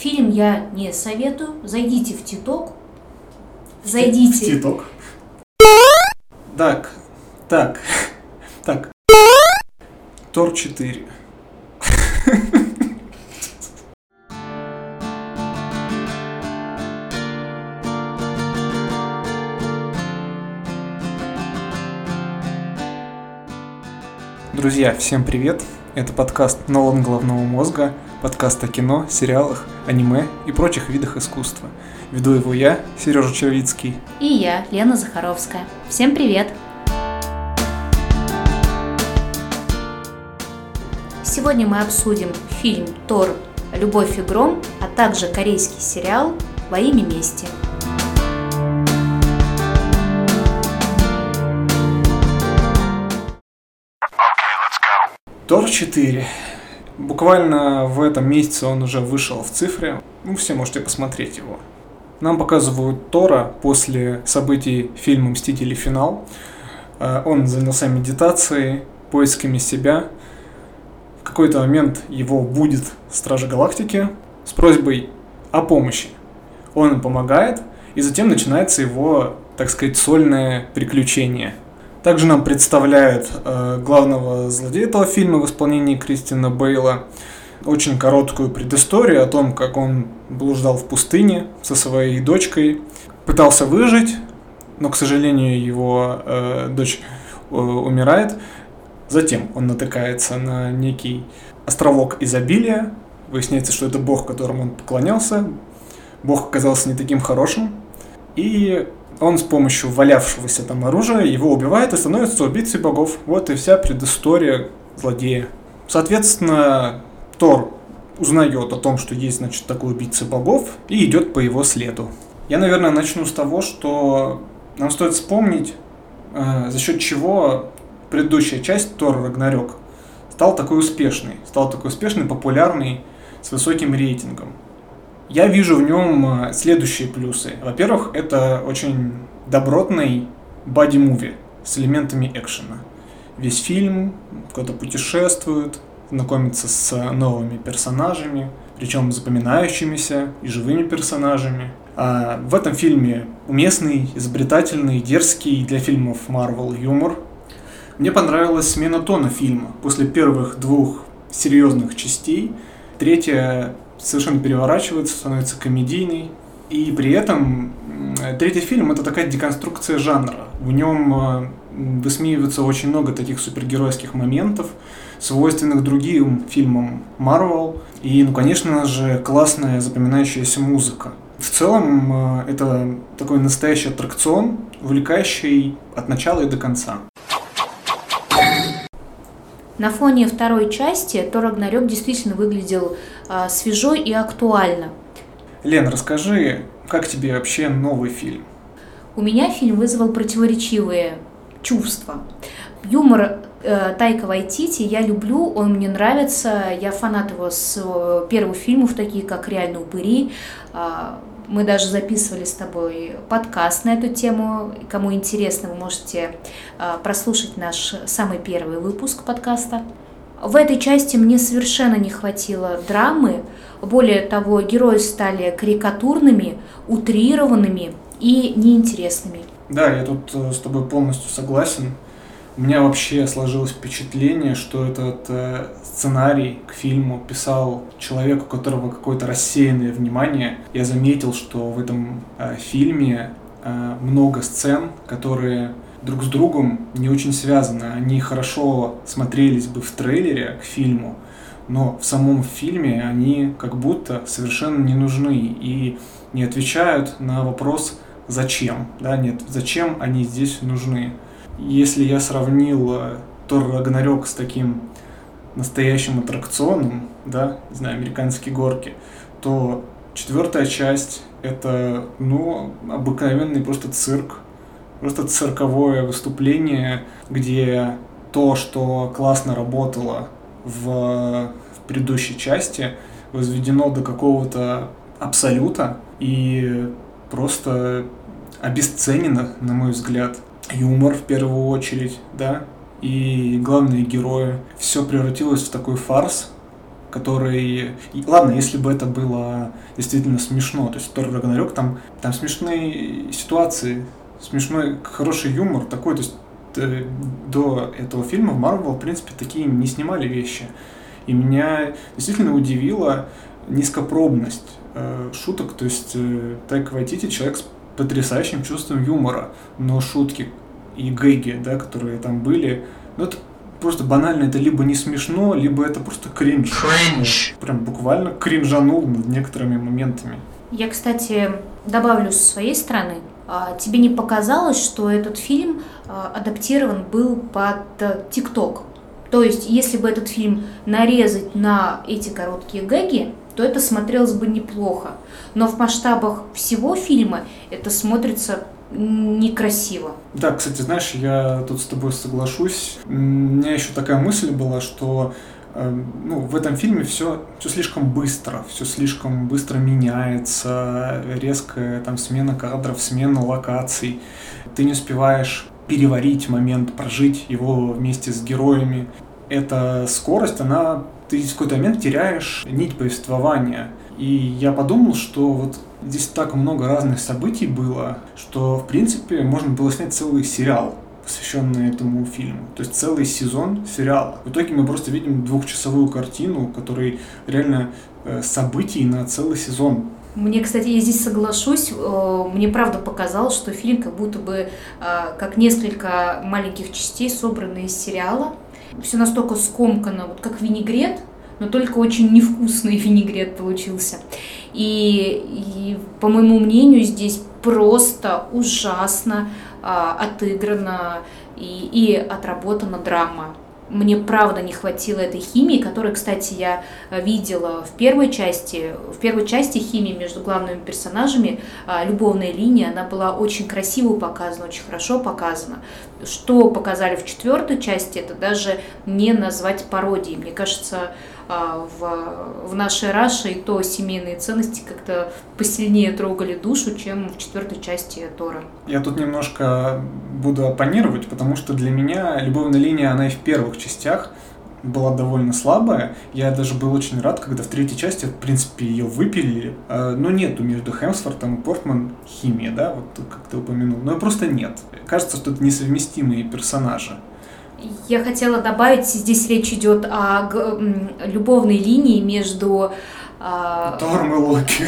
Фильм я не советую. Зайдите в ТикТок. Зайдите. В ТикТок. Так. Тор 4. Друзья, всем привет! Это подкаст «Нолан головного мозга», подкаст о кино, сериалах, аниме и прочих видах искусства. Веду его я, Сережа Червицкий. И я, Лена Захаровская. Всем привет! Сегодня мы обсудим фильм «Тор. Любовь и гром», а также корейский сериал «Во имя мести». Тор 4. Буквально в этом месяце он уже вышел в цифре. Все можете посмотреть его. Нам показывают Тора после событий фильма «Мстители. Финал». Он занялся медитацией, поисками себя. В какой-то момент его будет Стражи Галактики с просьбой о помощи. Он им помогает, и затем начинается его, так сказать, сольное приключение. Также нам представляют главного злодея этого фильма в исполнении Кристиана Бейла. Очень короткую предысторию о том, как он блуждал в пустыне со своей дочкой, пытался выжить, но, к сожалению, его дочь умирает. Затем он натыкается на некий островок изобилия. Выясняется, что это бог, которому он поклонялся. Бог оказался не таким хорошим. И он с помощью валявшегося там оружия его убивает и становится убийцей богов. Вот и вся предыстория злодея. Соответственно, Тор узнает о том, что есть, значит, такой убийца богов, и идет по его следу. Я, наверное, начну с того, что нам стоит вспомнить, за счет чего предыдущая часть Тор Рагнарёк стал такой успешной, популярной, с высоким рейтингом. Я вижу в нем следующие плюсы. Во-первых, это очень добротный боди-муви с элементами экшена. Весь фильм кто-то путешествует, знакомится с новыми персонажами, причем запоминающимися и живыми персонажами. А в этом фильме уместный, изобретательный, дерзкий для фильмов Marvel юмор. Мне понравилась смена тона фильма. После первых двух серьезных частей третья совершенно переворачивается, становится комедийной. И при этом третий фильм — это такая деконструкция жанра. В нем высмеивается очень много таких супергеройских моментов, свойственных другим фильмам Marvel. И, конечно же, классная запоминающаяся музыка. В целом, это такой настоящий аттракцион, увлекающий от начала и до конца. На фоне второй части Тор Рагнарёк действительно выглядел свежо и актуально. Лен, расскажи, как тебе вообще новый фильм? У меня фильм вызвал противоречивые чувства. Юмор Тайка Вайтити я люблю, он мне нравится, я фанат его с первых фильмов, такие как «Реальные упыри». Мы даже записывали с тобой подкаст на эту тему. Кому интересно, вы можете прослушать наш самый первый выпуск подкаста. В этой части мне совершенно не хватило драмы. Более того, герои стали карикатурными, утрированными и неинтересными. Да, я тут с тобой полностью согласен. У меня вообще сложилось впечатление, что этот сценарий к фильму писал человек, у которого какое-то рассеянное внимание. Я заметил, что в этом фильме много сцен, которые друг с другом не очень связаны. Они хорошо смотрелись бы в трейлере к фильму, но в самом фильме они как будто совершенно не нужны и не отвечают на вопрос «зачем?». Да, нет, зачем они здесь нужны? Если я сравнил Тор Рагнарёк с таким настоящим аттракционом, да, не знаю, американские горки, то четвертая часть — это, обыкновенный просто цирк, просто цирковое выступление, где то, что классно работало в предыдущей части, возведено до какого-то абсолюта и просто обесценено, на мой взгляд. Юмор в первую очередь, да, и главные герои. Все превратилось в такой фарс, который... Ладно, если бы это было действительно смешно, то есть Тор Рагнарёк, там смешные ситуации, смешной, хороший юмор такой, то есть до этого фильма в Marvel, в принципе, такие не снимали вещи. И меня действительно удивила низкопробность шуток, то есть Тайка Вайтити человек с потрясающим чувством юмора, но шутки и гэги, да, которые там были, ну это просто банально, это либо не смешно, либо это просто кринж. Прям буквально кринжанул над некоторыми моментами. Я, кстати, добавлю со своей стороны. Тебе не показалось, что этот фильм адаптирован был под ТикТок? То есть, если бы этот фильм нарезать на эти короткие гэги, то это смотрелось бы неплохо. Но в масштабах всего фильма это смотрится некрасиво. Да, кстати, знаешь, я тут с тобой соглашусь. У меня еще такая мысль была, что в этом фильме все слишком быстро меняется, резкая там смена кадров, смена локаций. Ты не успеваешь переварить момент, прожить его вместе с героями. Эта скорость, ты в какой-то момент теряешь нить повествования. И я подумал, что вот здесь так много разных событий было, что, в принципе, можно было снять целый сериал, посвященный этому фильму. То есть целый сезон сериала. В итоге мы просто видим 2-часовую картину, в которой реально событий на целый сезон. Мне, кстати, я здесь соглашусь, мне правда показалось, что фильм как будто бы как несколько маленьких частей, собранные из сериала. Все настолько скомкано, вот как винегрет, но только очень невкусный винегрет получился. И по моему мнению, здесь просто ужасно отыграна и отработана драма. Мне правда не хватило этой химии, которую, кстати, я видела в первой части. В первой части химии между главными персонажами, любовная линия, она была очень красиво показана, очень хорошо показана. Что показали в 4-й части, это даже не назвать пародией. Мне кажется, в нашей Раше и то семейные ценности как-то посильнее трогали душу, чем в 4-й части Тора. Я тут немножко буду оппонировать, потому что для меня любовная линия, она и в первых частях была довольно слабая. Я даже был очень рад, когда в 3-й части, в принципе, ее выпилили. Но нету между Хемсвортом и Портман химии, да, вот как ты упомянул. Но просто нет. Кажется, что это несовместимые персонажи. Я хотела добавить, здесь речь идет о любовной линии между... Тором и Локи.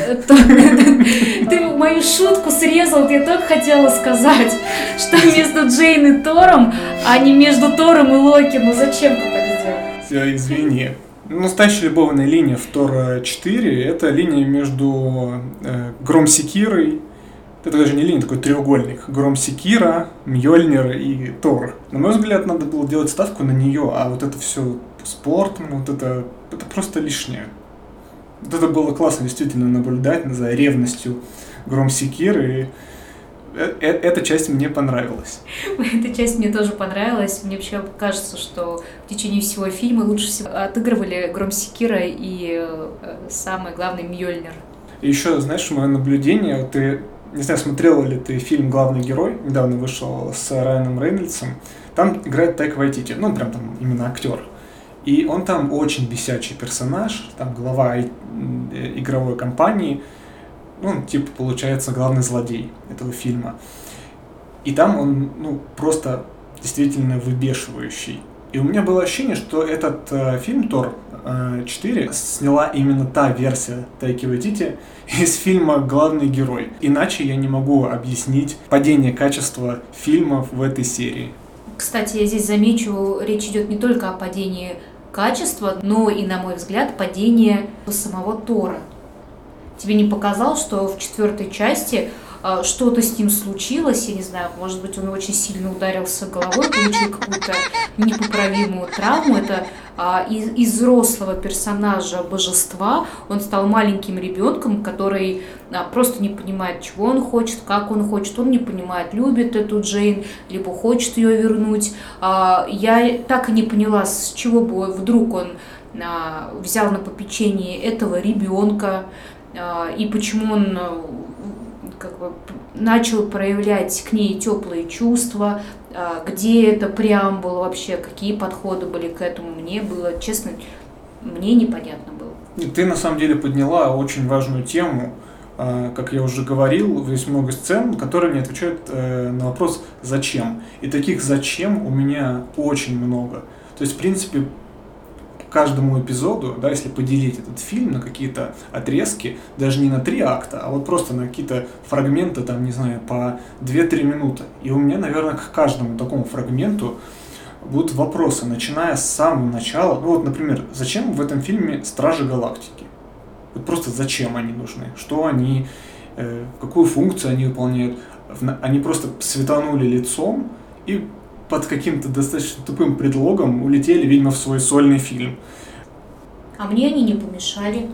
Ты мою шутку срезал, я только хотела сказать, что между Джейн и Тором, а не между Тором и Локи. Ну зачем ты так сделал? Все, извини. Настоящая любовная линия в Тор 4 – это линия между Гром-Секирой. Это даже не линия, такой треугольник. Гром-Секира, Мьёльнир и Тор. На мой взгляд, надо было делать ставку на нее, а вот это все спорт, вот это просто лишнее. Вот это было классно действительно наблюдать за ревностью Гром-Секиры. Эта часть мне понравилась. Эта часть мне тоже понравилась. Мне вообще кажется, что в течение всего фильма лучше всего отыгрывали Гром-Секира и самое главное Мьёльнир. И еще, знаешь, мое наблюдение, вот ты, не знаю, смотрела ли ты фильм «Главный герой», недавно вышел с Райаном Рейнольдсом, там играет Тайка Вайтити, ну, прям там именно актер. И он там очень бесячий персонаж, там глава игровой компании, ну, типа, получается, главный злодей этого фильма. И там он, просто действительно выбешивающий. И у меня было ощущение, что этот фильм «Тор 4» сняла именно та версия Тайки Вайтити из фильма «Главный герой». Иначе я не могу объяснить падение качества фильмов в этой серии. Кстати, я здесь замечу, речь идет не только о падении качества, но и, на мой взгляд, падение самого Тора. Тебе не показалось, что в 4-й части что-то с ним случилось, я не знаю, может быть, он очень сильно ударился головой, получил какую-то непоправимую травму. Это из взрослого персонажа божества он стал маленьким ребенком, который просто не понимает, чего он хочет, как он хочет, он не понимает, любит эту Джейн, либо хочет ее вернуть. Я так и не поняла, с чего бы вдруг он взял на попечение этого ребенка, и почему он начал проявлять к ней теплые чувства, где это преамбула вообще, какие подходы были к этому, мне было, честно, мне непонятно было. И ты на самом деле подняла очень важную тему. Как я уже говорил, есть много сцен, которые не отвечают на вопрос «зачем?». И таких «зачем» у меня очень много. То есть, в принципе, каждому эпизоду, да, если поделить этот фильм на какие-то отрезки, даже не на 3 акта, а вот просто на какие-то фрагменты, там, не знаю, по 2-3 минуты. И у меня, наверное, к каждому такому фрагменту будут вопросы, начиная с самого начала. Ну вот, например, зачем в этом фильме Стражи Галактики? Вот просто зачем они нужны? Что они, какую функцию они выполняют? Они просто светанули лицом и под каким-то достаточно тупым предлогом улетели, видимо, в свой сольный фильм. А мне они не помешали.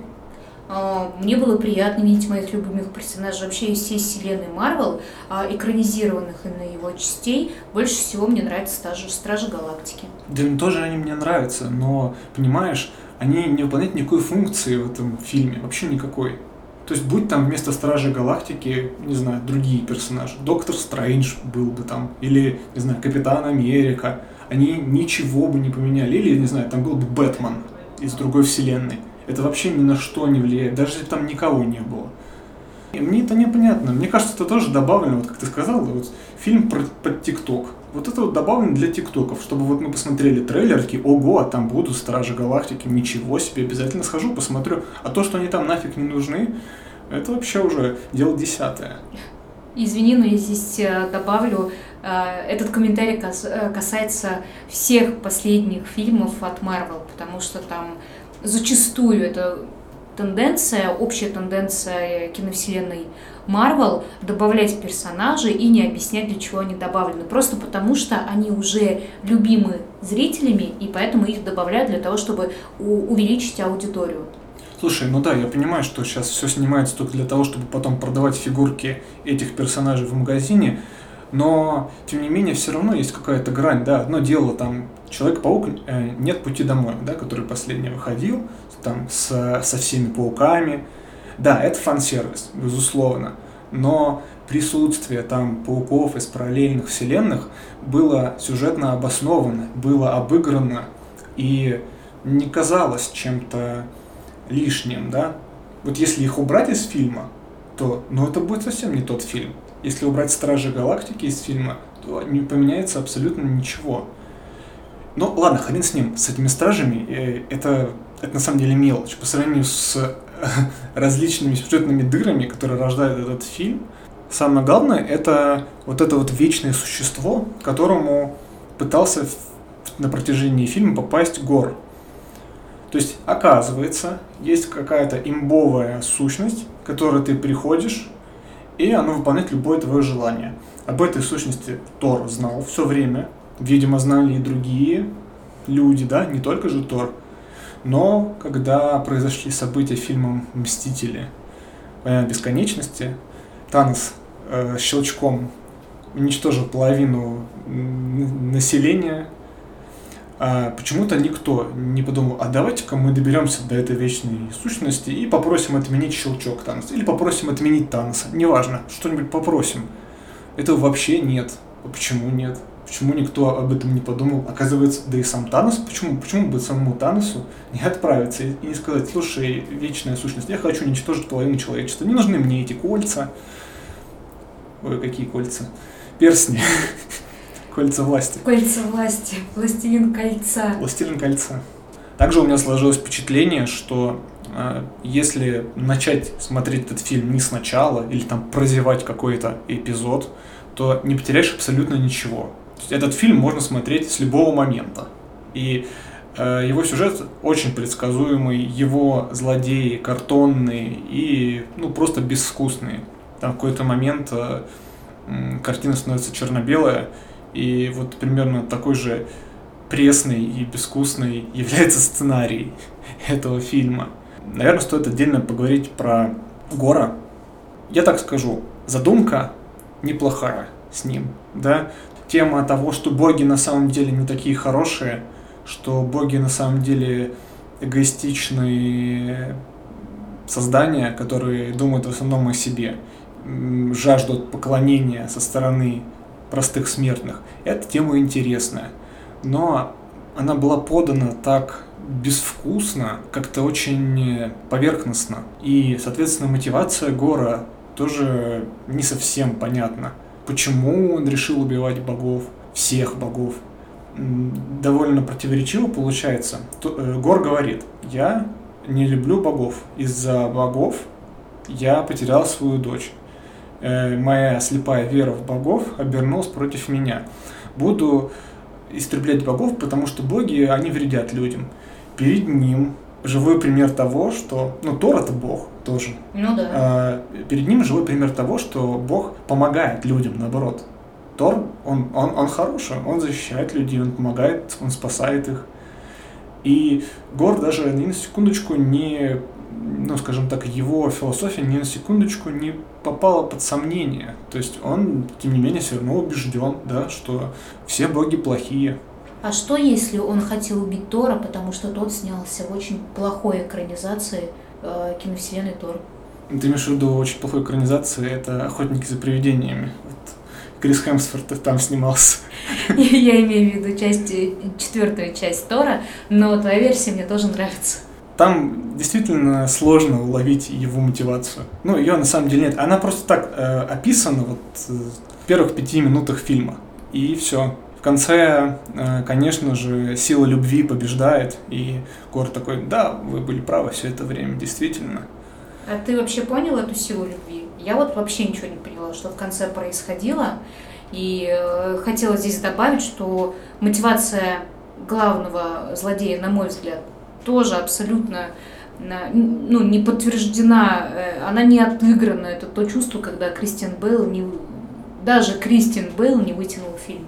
Мне было приятно видеть моих любимых персонажей. Вообще из всей вселенной Марвел, экранизированных именно его частей, больше всего мне нравятся Стражи Галактики. Да, тоже они мне нравятся, но, понимаешь, они не выполняют никакой функции в этом фильме, вообще никакой. То есть, будь там вместо Стражей Галактики, не знаю, другие персонажи, Доктор Стрэндж был бы там, или, не знаю, Капитан Америка, они ничего бы не поменяли, или, не знаю, там был бы Бэтмен из другой вселенной. Это вообще ни на что не влияет, даже если там никого не было. И мне это непонятно. Мне кажется, это тоже добавлено, вот как ты сказал, вот фильм под ТикТок. Вот это вот добавлено для ТикТоков, чтобы вот мы посмотрели трейлер, такие, ого, а там будут Стражи Галактики, ничего себе, обязательно схожу, посмотрю. А то, что они там нафиг не нужны, это вообще уже дело 10-е. Извини, но я здесь добавлю, этот комментарий касается всех последних фильмов от Marvel, потому что там зачастую это тенденция, общая тенденция киновселенной Marvel добавлять персонажей и не объяснять, для чего они добавлены. Просто потому, что они уже любимы зрителями, и поэтому их добавляют для того, чтобы увеличить аудиторию. Слушай, ну да, я понимаю, что сейчас все снимается только для того, чтобы потом продавать фигурки этих персонажей в магазине, но, тем не менее, все равно есть какая-то грань, да. Одно дело, там, Человек-паук «Нет пути домой», да, который последний выходил, там, со всеми пауками. Да, это фан-сервис, безусловно, но присутствие там пауков из параллельных вселенных было сюжетно обосновано, было обыграно и не казалось чем-то лишним, да. Вот если их убрать из фильма, то, ну, это будет совсем не тот фильм. Если убрать Стражи Галактики из фильма, то не поменяется абсолютно ничего. Ну, ладно, хрен с ним, с этими Стражами, это на самом деле мелочь. По сравнению с различными сюжетными дырами, которые рождает этот фильм, самое главное, это вот вечное существо, к которому пытался на протяжении фильма попасть Гор. То есть, оказывается, есть какая-то имбовая сущность, к которой ты приходишь, и она выполняет любое твое желание. Об этой сущности Тор знал все время. Видимо, знали и другие люди, да, не только же Тор. Но когда произошли события фильма «Мстители. Война бесконечности», Танос щелчком уничтожил половину населения, почему-то никто не подумал, а давайте-ка мы доберемся до этой вечной сущности и попросим отменить щелчок Таноса. Или попросим отменить Таноса. Неважно, что-нибудь попросим. Этого вообще нет. Почему нет? Почему никто об этом не подумал? Оказывается, да и сам Танос, почему бы самому Таносу не отправиться и не сказать, слушай, вечная сущность, я хочу уничтожить половину человечества, не нужны мне эти кольца. Ой, какие кольца? Перстни. Кольца власти. Кольца власти. Властелин кольца. Властелин кольца. Также у меня сложилось впечатление, что если начать смотреть этот фильм не сначала, или там прозевать какой-то эпизод, то не потеряешь абсолютно ничего. То есть этот фильм можно смотреть с любого момента. И его сюжет очень предсказуемый, его злодеи картонные и просто безвкусные. Там в какой-то момент картина становится черно-белая, и вот примерно такой же пресный и безвкусный является сценарий этого фильма. Наверное, стоит отдельно поговорить про Гора. Я так скажу, задумка неплохая с ним, да. Тема того, что боги на самом деле не такие хорошие, что боги на самом деле эгоистичные создания, которые думают в основном о себе, жаждут поклонения со стороны простых смертных. Эта тема интересная, но она была подана так безвкусно, как-то очень поверхностно. И, соответственно, мотивация Гора тоже не совсем понятна. Почему он решил убивать богов, всех богов? Довольно противоречиво получается. Гор говорит: я не люблю богов. Из-за богов я потерял свою дочь. Моя слепая вера в богов обернулась против меня. Буду истреблять богов, потому что боги, они вредят людям. Перед ним живой пример того, что... Тор — это бог тоже. Ну да. Перед ним живой пример того, что бог помогает людям, наоборот. Тор, он хороший, он защищает людей, он помогает, он спасает их. И Гор даже ни на секундочку не... скажем так, его философия ни на секундочку не попала под сомнение. То есть он, тем не менее, все равно убежден, да, что все боги плохие. А что, если он хотел убить Тора, потому что тот снялся в очень плохой экранизации киновселенной Тор? Ты имеешь в виду очень плохой экранизации? Это «Охотники за привидениями». Вот Крис Хемсворт там снимался. Я имею в виду четвертую часть Тора, но твоя версия мне тоже нравится. Там действительно сложно уловить его мотивацию. Ее на самом деле нет. Она просто так описана в первых 5 минутах фильма. И все. В конце, конечно же, сила любви побеждает. И Гор такой: да, вы были правы все это время, действительно. А ты вообще понял эту силу любви? Я вообще ничего не поняла, что в конце происходило. И хотела здесь добавить, что мотивация главного злодея, на мой взгляд, тоже абсолютно не подтверждена, она не отыграна. Это то чувство, когда даже Кристиан Бейл не вытянул фильм.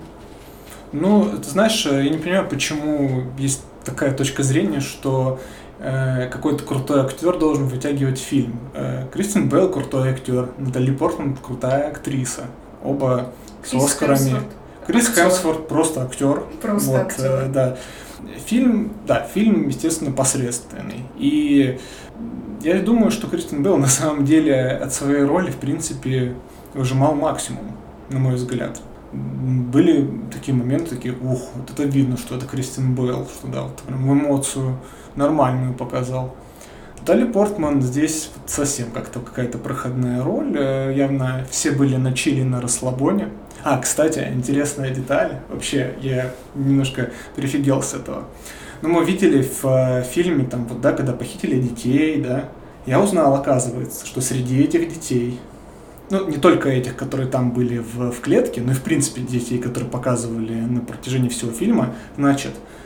Ты знаешь, я не понимаю, почему есть такая точка зрения, что какой-то крутой актер должен вытягивать фильм. Кристиан Бейл крутой актер, Натали Портман крутая актриса. Оба с Оскарами. Крис Хемсворт просто актер. Просто актер. Да. Фильм, естественно, посредственный. И я думаю, что Кристиан Бейл на самом деле от своей роли, в принципе, выжимал максимум, на мой взгляд. Были такие моменты, вот это видно, что это Кристиан Бейл, что да, вот прям эмоцию нормальную показал. Натали Портман здесь совсем как-то какая-то проходная роль, явно все были на чили, на расслабоне. Кстати, интересная деталь, вообще я немножко прифигел с этого. Мы видели в фильме, когда похитили детей, да, я узнал, оказывается, что среди этих детей, не только этих, которые там были в клетке, но и в принципе детей, которые показывали на протяжении всего фильма, значит,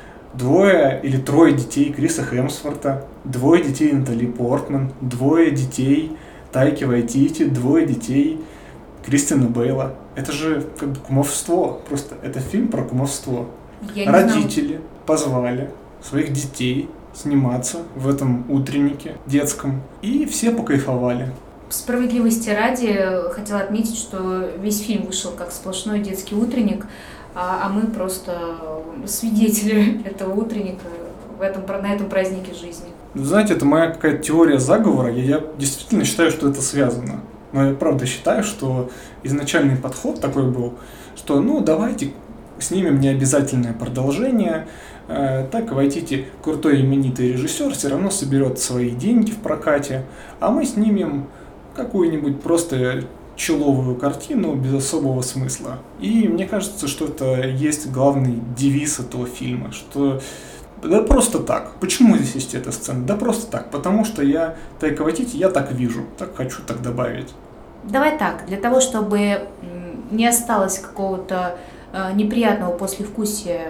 2 или 3 детей Криса Хемсворта, 2 детей Натали Портман, 2 детей Тайки Вайтити, 2 детей Кристиана Бейла. Это же как бы кумовство, просто это фильм про кумовство. Родители позвали своих детей сниматься в этом утреннике детском, и все покайфовали. Справедливости ради хотела отметить, что весь фильм вышел как сплошной детский утренник, а мы просто свидетели этого утренника на этом празднике жизни. Знаете, это моя какая-то теория заговора, я действительно считаю, что это связано. Но я правда считаю, что изначальный подход такой был, что давайте снимем необязательное продолжение, так Вайтити, крутой именитый режиссер, все равно соберет свои деньги в прокате, а мы снимем какую-нибудь просто человую картину без особого смысла. И мне кажется, что это есть главный девиз этого фильма, что да просто так. Почему здесь есть эта сцена? Да просто так, потому что я Тайка Вайтити, я так вижу, так хочу так добавить. Давай так, для того, чтобы не осталось какого-то неприятного послевкусия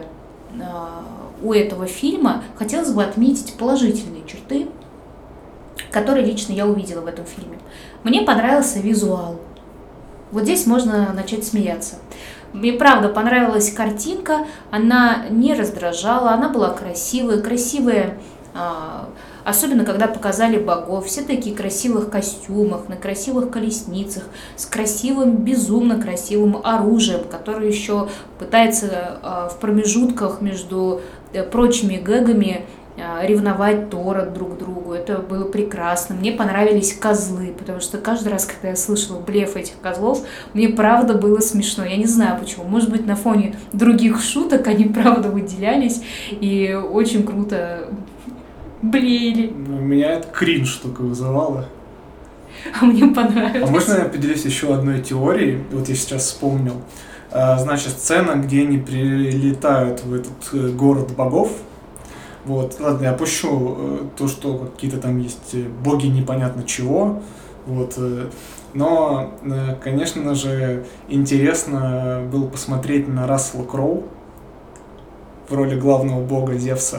у этого фильма, хотелось бы отметить положительные черты, которые лично я увидела в этом фильме. Мне понравился визуал. Вот здесь можно начать смеяться. Мне правда понравилась картинка, она не раздражала, она была красивая, особенно когда показали богов, все такие красивых костюмах, на красивых колесницах, с красивым, безумно красивым оружием, которое еще пытается в промежутках между прочими гэгами ревновать Тора друг к другу. Это было прекрасно. Мне понравились козлы, потому что каждый раз, когда я слышала блеф этих козлов, мне правда было смешно. Я не знаю почему. Может быть, на фоне других шуток они правда выделялись и очень круто блеяли. У меня это кринж только вызывало. А мне понравилось. А можно я поделюсь еще одной теорией? Вот я сейчас вспомнил. Значит, сцена, где они прилетают в этот город богов. Вот, ладно, я опущу то, что какие-то там есть боги непонятно чего. Вот, но, конечно же, интересно было посмотреть на Рассела Кроу в роли главного бога Зевса.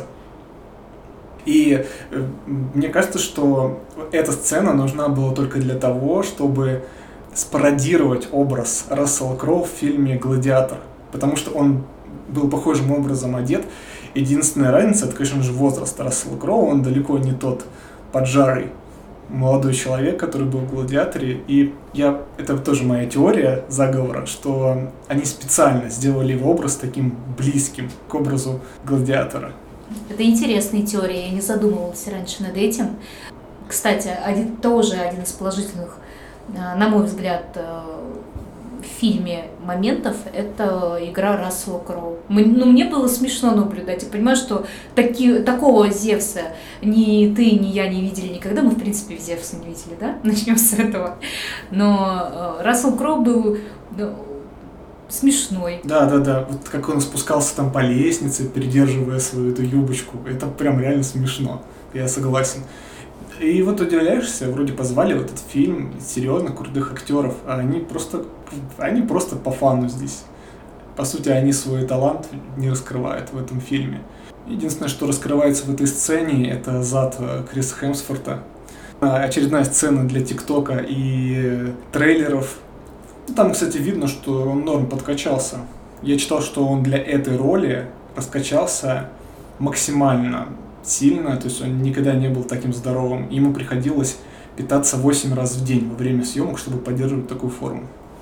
И мне кажется, что эта сцена нужна была только для того, чтобы спародировать образ Рассела Кроу в фильме «Гладиатор». Потому что он был похожим образом одет. Единственная разница, это, конечно же, возраст Рассела Кроу. Он далеко не тот поджарый молодой человек, который был в «Гладиаторе». И это тоже моя теория заговора, что они специально сделали его образ таким близким к образу «Гладиатора». Это интересная теория, я не задумывалась раньше над этим. Кстати, один из положительных, на мой взгляд, в фильме моментов — это игра Рассела Кроу. Мне было смешно наблюдать. Я понимаю, что такого Зевса ни ты, ни я не видели никогда. Мы, в принципе, Зевса не видели, да? Начнем с этого. Но Рассел Кроу был смешной. Да. Вот как он спускался там по лестнице, придерживая свою эту юбочку. Это прям реально смешно. Я согласен. И вот удивляешься, вроде позвали в этот фильм серьезно крутых актеров, а они просто по фану здесь. По сути, они свой талант не раскрывают в этом фильме. Единственное, что раскрывается в этой сцене, это зад Криса Хемсворта. Очередная сцена для ТикТока и трейлеров. Там, кстати, видно, что он норм подкачался. Я читал, что он для этой роли раскачался максимально сильно, то есть он никогда не был таким здоровым. Ему приходилось питаться 8 раз в день во время съемок, чтобы поддерживать такую форму.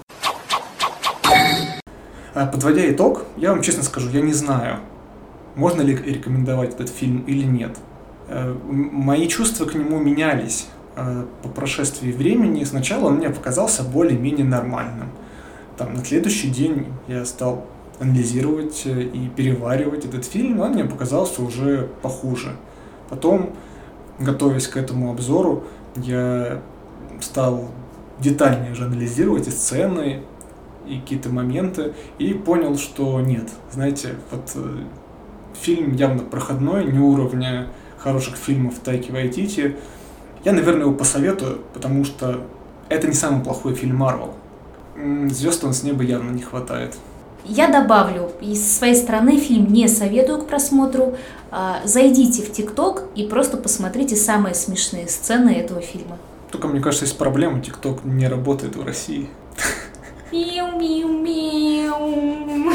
Подводя итог, я вам честно скажу, я не знаю, можно ли рекомендовать этот фильм или нет. Мои чувства к нему менялись по прошествии времени. Сначала он мне показался более-менее нормальным. На следующий день я стал анализировать и переваривать этот фильм, он мне показался уже похуже. Потом, готовясь к этому обзору, я стал детальнее же анализировать и сцены, и какие-то моменты, и понял, что нет. Знаете, фильм явно проходной, не уровня хороших фильмов Тайки Вайтити. Я, наверное, его посоветую, потому что это не самый плохой фильм Марвел. Звезд с неба явно не хватает. Я добавлю, и со своей стороны фильм не советую к просмотру. Зайдите в ТикТок и просто посмотрите самые смешные сцены этого фильма. Только, мне кажется, есть проблема, ТикТок не работает в России. Миу-миу-миу.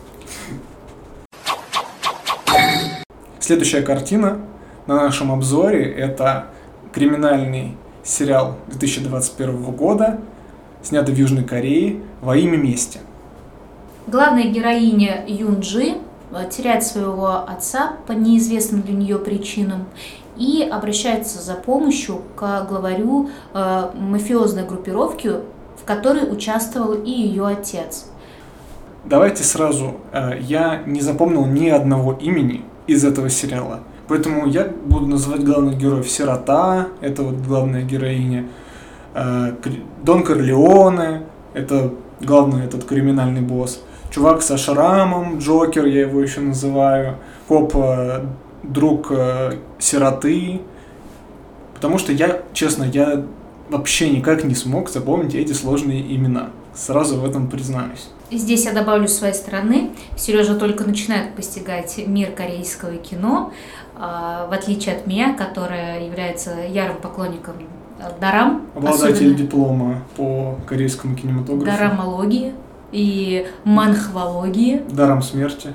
Следующая картина на нашем обзоре – это криминальный сериал 2021 года, снятый в Южной Корее, «Во имя мести». Главная героиня Юнджи теряет своего отца по неизвестным для нее причинам и обращается за помощью к главарю мафиозной группировки, в которой участвовал и ее отец. Давайте сразу, я не запомнил ни одного имени из этого сериала, поэтому я буду называть главных героев. Сирота, это вот главная героиня, Дон Корлеоне, это главный этот криминальный босс, чувак со шрамом, Джокер, я его еще называю, коп, друг сироты, потому что я вообще никак не смог запомнить эти сложные имена, сразу в этом признаюсь. Здесь я добавлю с своей стороны, Сережа только начинает постигать мир корейского кино, в отличие от меня, которая является ярым поклонником дорам. Обладатель диплома по корейскому кинематографу. Дорамологии и манхвологии. Даром смерти.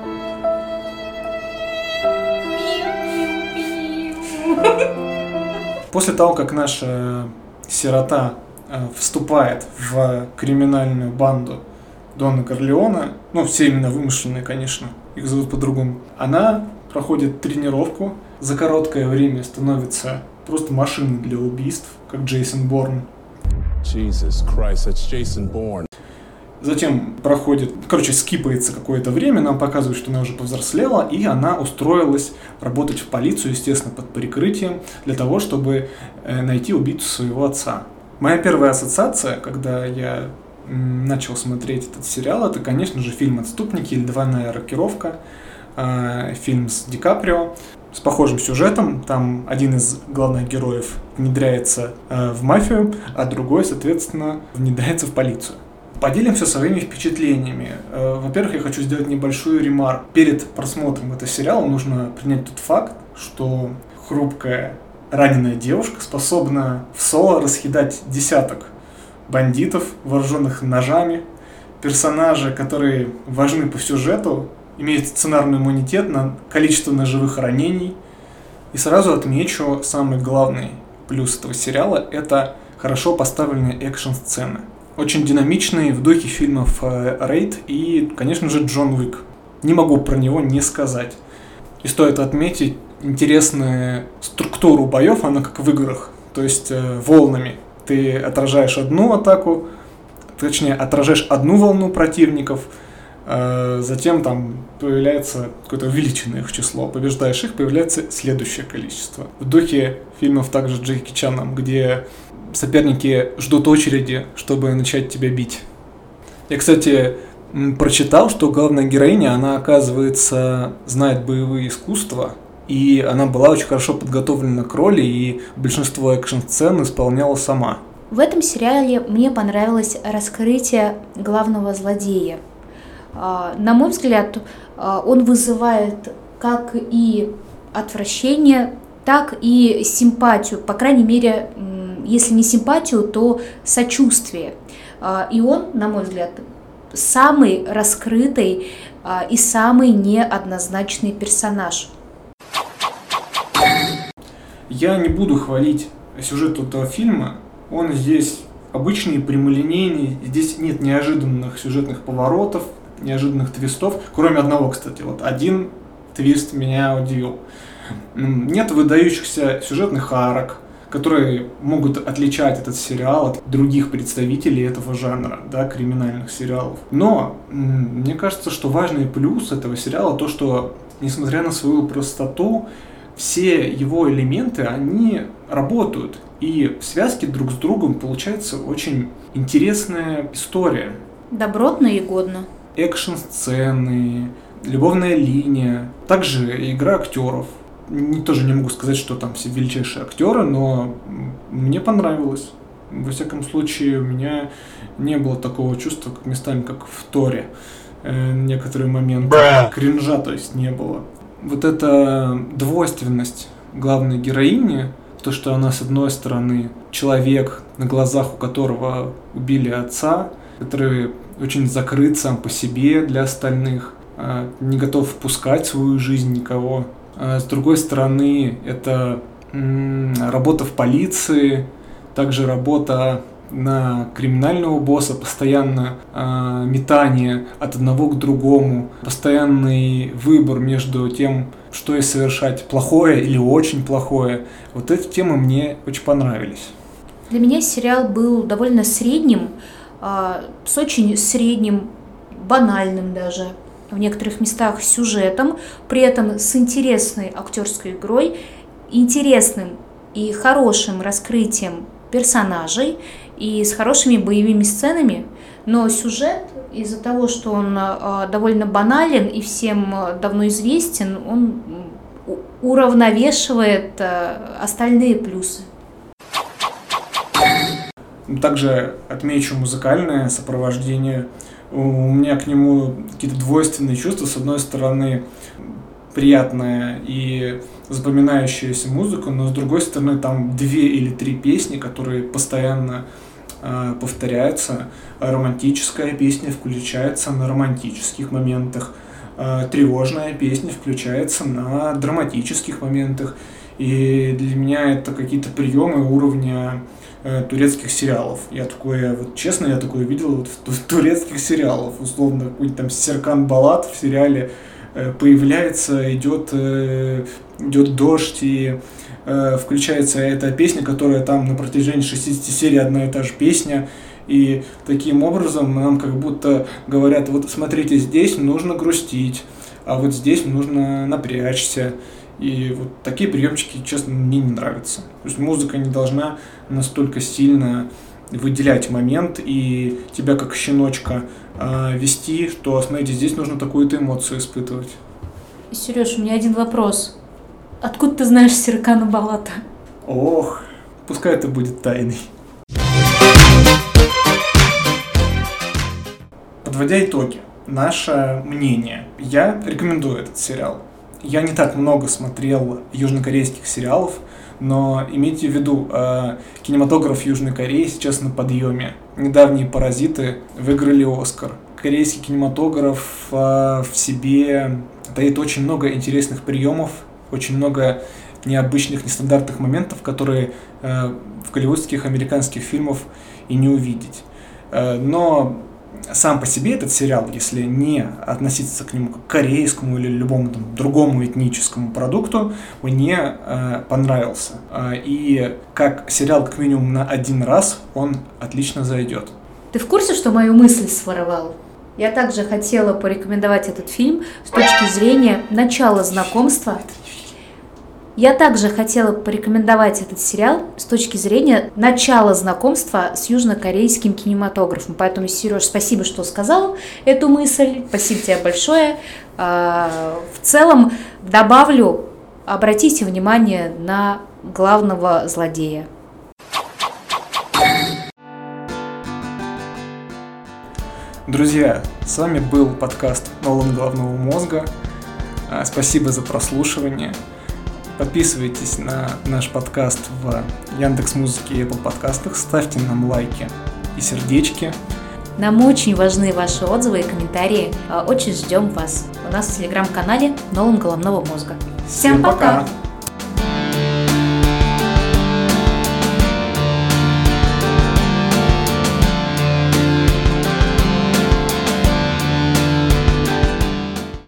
После того, как наша сирота вступает в криминальную банду Дона Корлеоне, все имена вымышленные, конечно, их зовут по-другому, она проходит тренировку за короткое время становится просто машиной для убийств, как Джейсон Борн. Jesus Christ, that's Jason Bourne. Затем скипается какое-то время, нам показывают, что она уже повзрослела, и она устроилась работать в полицию, естественно, под прикрытием, для того, чтобы найти убийцу своего отца. Моя первая ассоциация, когда я начал смотреть этот сериал, это, конечно же, фильм «Отступники» или «Двойная рокировка», фильм с Ди Каприо, с похожим сюжетом. Там один из главных героев внедряется в мафию, а другой, соответственно, внедряется в полицию. Поделимся своими впечатлениями. Во-первых, я хочу сделать небольшую ремарку. Перед просмотром этого сериала нужно принять тот факт, что хрупкая раненая девушка способна в соло раскидать десяток бандитов, вооруженных ножами, персонажи, которые важны по сюжету, имеют сценарный иммунитет на количество ножевых ранений. И сразу отмечу самый главный плюс этого сериала – это хорошо поставленные экшн-сцены. Очень динамичный, в духе фильмов «Рейд» и, конечно же, «Джон Уик». Не могу про него не сказать. И стоит отметить интересную структуру боев, она как в играх, то есть волнами. Ты отражаешь одну атаку, точнее, отражаешь одну волну противников, затем там появляется какое-то увеличенное их число, побеждаешь их, появляется следующее количество. В духе фильмов также с Джеки Чаном, где соперники ждут очереди, чтобы начать тебя бить. Я, кстати, прочитал, что главная героиня, она, оказывается, знает боевые искусства, и она была очень хорошо подготовлена к роли, и большинство экшн-сцен исполняла сама. В этом сериале мне понравилось раскрытие главного злодея. На мой взгляд, он вызывает как и отвращение, так и симпатию, по крайней мере, если не симпатию, то сочувствие. И он, на мой взгляд, самый раскрытый и самый неоднозначный персонаж. Я не буду хвалить сюжет этого фильма, он здесь обычный, прямолинейный, здесь нет неожиданных сюжетных поворотов, неожиданных твистов, кроме одного, кстати, вот один твист меня удивил. Нет выдающихся сюжетных арок, которые могут отличать этот сериал от других представителей этого жанра, да, криминальных сериалов. Но мне кажется, что важный плюс этого сериала то, что, несмотря на свою простоту, все его элементы, они работают. И в связке друг с другом получается очень интересная история. Добротно и годно. Экшн-сцены, любовная линия, также игра актеров. Тоже не могу сказать, что там все величайшие актеры, но мне понравилось. Во всяком случае, у меня не было такого чувства, как местами, как в Торе. Некоторые моменты кринжа, то есть, не было. Вот эта двойственность главной героини, то, что она, с одной стороны, человек, на глазах у которого убили отца, который очень закрыт сам по себе для остальных, не готов впускать в свою жизнь никого. А с другой стороны, это работа в полиции, также работа на криминального босса, постоянно метание от одного к другому, постоянный выбор между тем, что и совершать, плохое или очень плохое. Вот эти темы мне очень понравились. Для меня сериал был довольно средним, с очень средним, банальным даже в некоторых местах сюжетом, при этом с интересной актерской игрой, интересным и хорошим раскрытием персонажей и с хорошими боевыми сценами, но сюжет, из-за того, что он довольно банален и всем давно известен, он уравновешивает остальные плюсы. Также отмечу музыкальное сопровождение. У меня к нему какие-то двойственные чувства. С одной стороны, приятная и запоминающаяся музыка, но с другой стороны, там 2 или 3 песни, которые постоянно повторяются. Романтическая песня включается на романтических моментах, тревожная песня включается на драматических моментах. И для меня это какие-то приемы уровня турецких сериалов. Я такое видел в турецких сериалах. Условно, какой-нибудь там Серкан Балат в сериале появляется, идет дождь, и включается эта песня, которая там на протяжении 60 серий одна и та же песня. И таким образом нам как будто говорят: вот смотрите, здесь нужно грустить, а вот здесь нужно напрячься. И вот такие приемчики, честно, мне не нравятся. То есть музыка не должна настолько сильно выделять момент и тебя как щеночка вести, что, смотрите, здесь нужно такую-то эмоцию испытывать. Сереж, у меня один вопрос. Откуда ты знаешь Серкана Балата? Ох, пускай это будет тайной. Подводя итоги, наше мнение. Я рекомендую этот сериал. Я не так много смотрел южнокорейских сериалов, но имейте в виду, кинематограф Южной Кореи сейчас на подъеме. Недавние «Паразиты» выиграли «Оскар». Корейский кинематограф в себе таит очень много интересных приемов, очень много необычных, нестандартных моментов, которые в голливудских, американских фильмах и не увидеть. Но сам по себе этот сериал, если не относиться к нему как к корейскому или любому другому этническому продукту, мне понравился. И как сериал, как минимум на один раз, он отлично зайдет. Ты в курсе, что мою мысль своровал? Я также хотела порекомендовать этот фильм с точки зрения начала знакомства. Я также хотела порекомендовать этот сериал с точки зрения начала знакомства с южнокорейским кинематографом. Поэтому, Сереж, спасибо, что сказал эту мысль. Спасибо тебе большое. В целом добавлю, обратите внимание на главного злодея. Друзья, с вами был подкаст «Нолан головного мозга». Спасибо за прослушивание. Подписывайтесь на наш подкаст в Яндекс.Музыке и Apple подкастах, ставьте нам лайки и сердечки. Нам очень важны ваши отзывы и комментарии. Очень ждем вас у нас в телеграм-канале «Нолан головного мозга». Всем пока!